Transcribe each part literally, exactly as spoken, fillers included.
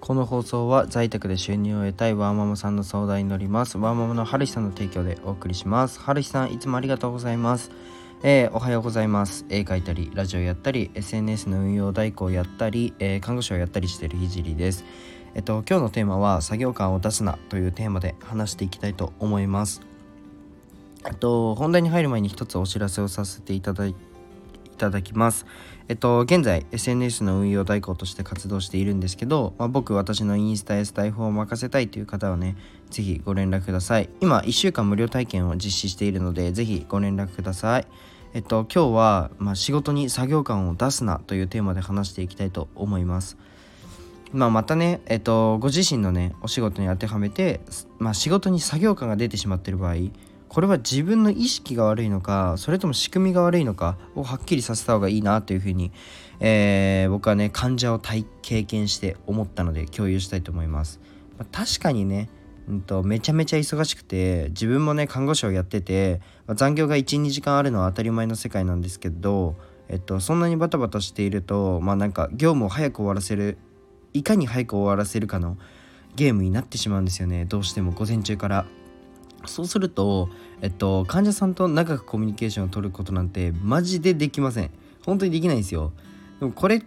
この放送は在宅で収入を得たいワーママさんの相談に乗ります。ワーママのはるひさんの提供でお送りします。はるひさん、いつもありがとうございます。えー、おはようございます。絵描いたりラジオやったり エスエヌエス の運用代行やったり、えー、看護師をやったりしているひじりです。えっと今日のテーマは作業感を出すなというテーマで話していきたいと思います。えっと本題に入る前に一つお知らせをさせていただいいただきます。えっと現在 エスエヌエス の運用代行として活動しているんですけど、まあ、僕私のインスタやスタイフを任せたいという方はね、ぜひご連絡ください。今いっしゅうかん無料体験を実施しているので、ぜひご連絡ください。えっと今日は、まあ、仕事に作業感を出すなというテーマで話していきたいと思います。まあ、またね、えっと、ご自身のねお仕事に当てはめて、まあ、仕事に作業感が出てしまっている場合、これは自分の意識が悪いのか、それとも仕組みが悪いのかをはっきりさせた方がいいなというふうに、えー、僕はね患者を体経験して思ったので共有したいと思います。まあ、確かにね、うんと、めちゃめちゃ忙しくて、自分もね看護師をやってて、まあ、残業が いち,に 時間あるのは当たり前の世界なんですけど、えっと、そんなにバタバタしていると、まあなんか業務を早く終わらせる、いかに早く終わらせるかのゲームになってしまうんですよね。どうしても午前中から。そうすると、えっと、患者さんと長くコミュニケーションを取ることなんてマジでできません。本当にできないんですよ。でもこれって、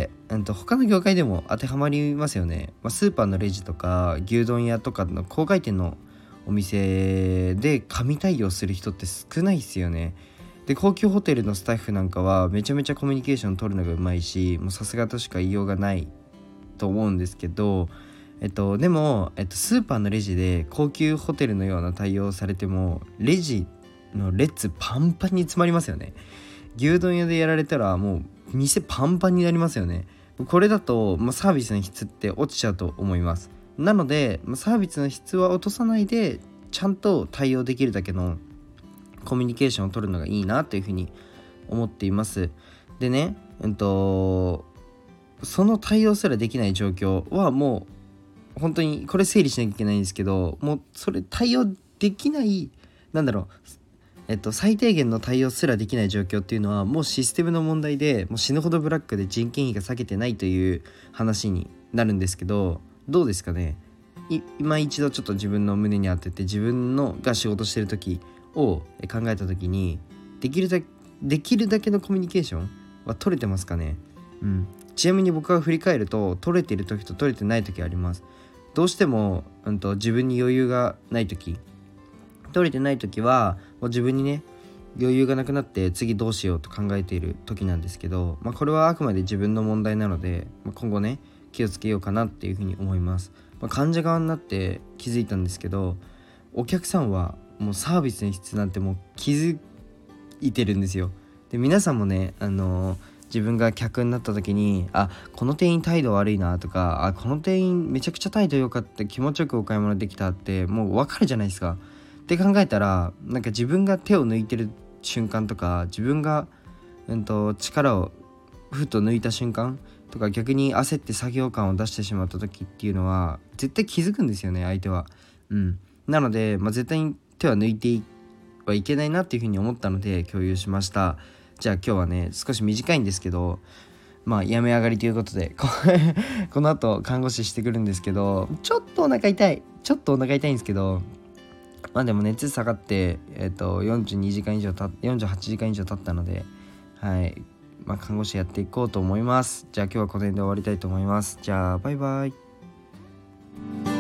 えっと、他の業界でも当てはまりますよね。まあ、スーパーのレジとか牛丼屋とかの郊外店のお店で神対応する人って少ないですよね。で、高級ホテルのスタッフなんかはめちゃめちゃコミュニケーション取るのがうまいし、もうさすがとしか言いようがないと思うんですけど、えっと、でも、えっと、スーパーのレジで高級ホテルのような対応をされても、レジの列パンパンに詰まりますよね。牛丼屋でやられたらもう店パンパンになりますよね。これだと、まあ、サービスの質って落ちちゃうと思います。なので、まあ、サービスの質は落とさないで、ちゃんと対応できるだけのコミュニケーションを取るのがいいなというふうに思っています。でね、えっと、その対応すらできない状況はもう本当にこれ整理しなきゃいけないんですけど、もうそれ対応できない、なんだろう、えっと最低限の対応すらできない状況っていうのはもうシステムの問題で、もう死ぬほどブラックで人件費が下げてないという話になるんですけど、どうですかね。い今一度ちょっと自分の胸に当てて、自分のが仕事してる時を考えた時に、できるだけできるだけのコミュニケーションは取れてますかね。うん。ちなみに僕が振り返ると、取れてる時と取れてない時あります。どうしても、うん、と自分に余裕がない時、取れてない時はもう自分にね余裕がなくなって次どうしようと考えている時なんですけど、まあ、これはあくまで自分の問題なので、まあ、今後ね気をつけようかなっていうふうに思います。まあ、患者側になって気づいたんですけど、お客さんはもうサービスの質なんてもう気づいてるんですよ。で、皆さんもね、あのー自分が客になった時に、あ、この店員態度悪いなとか、あ、この店員めちゃくちゃ態度良かった、気持ちよくお買い物できたってもう分かるじゃないですか。って考えたら、なんか自分が手を抜いてる瞬間とか、自分が、うんと、力をふっと抜いた瞬間とか、逆に焦って作業感を出してしまった時っていうのは絶対気づくんですよね、相手は。うん。なので、まあ、絶対に手は抜いてはいけないなっていうふうに思ったので共有しました。じゃあ今日はね少し短いんですけど、まあ病み上がりということでこの後看護師してくるんですけど、ちょっとお腹痛いちょっとお腹痛いんですけど、まあでも熱下がってえっとよんじゅうにじかん以上たよんじゅうはちじかん以上経ったので、はい、まあ看護師やっていこうと思います。じゃあ今日はこの辺で終わりたいと思います。じゃあバイバイ。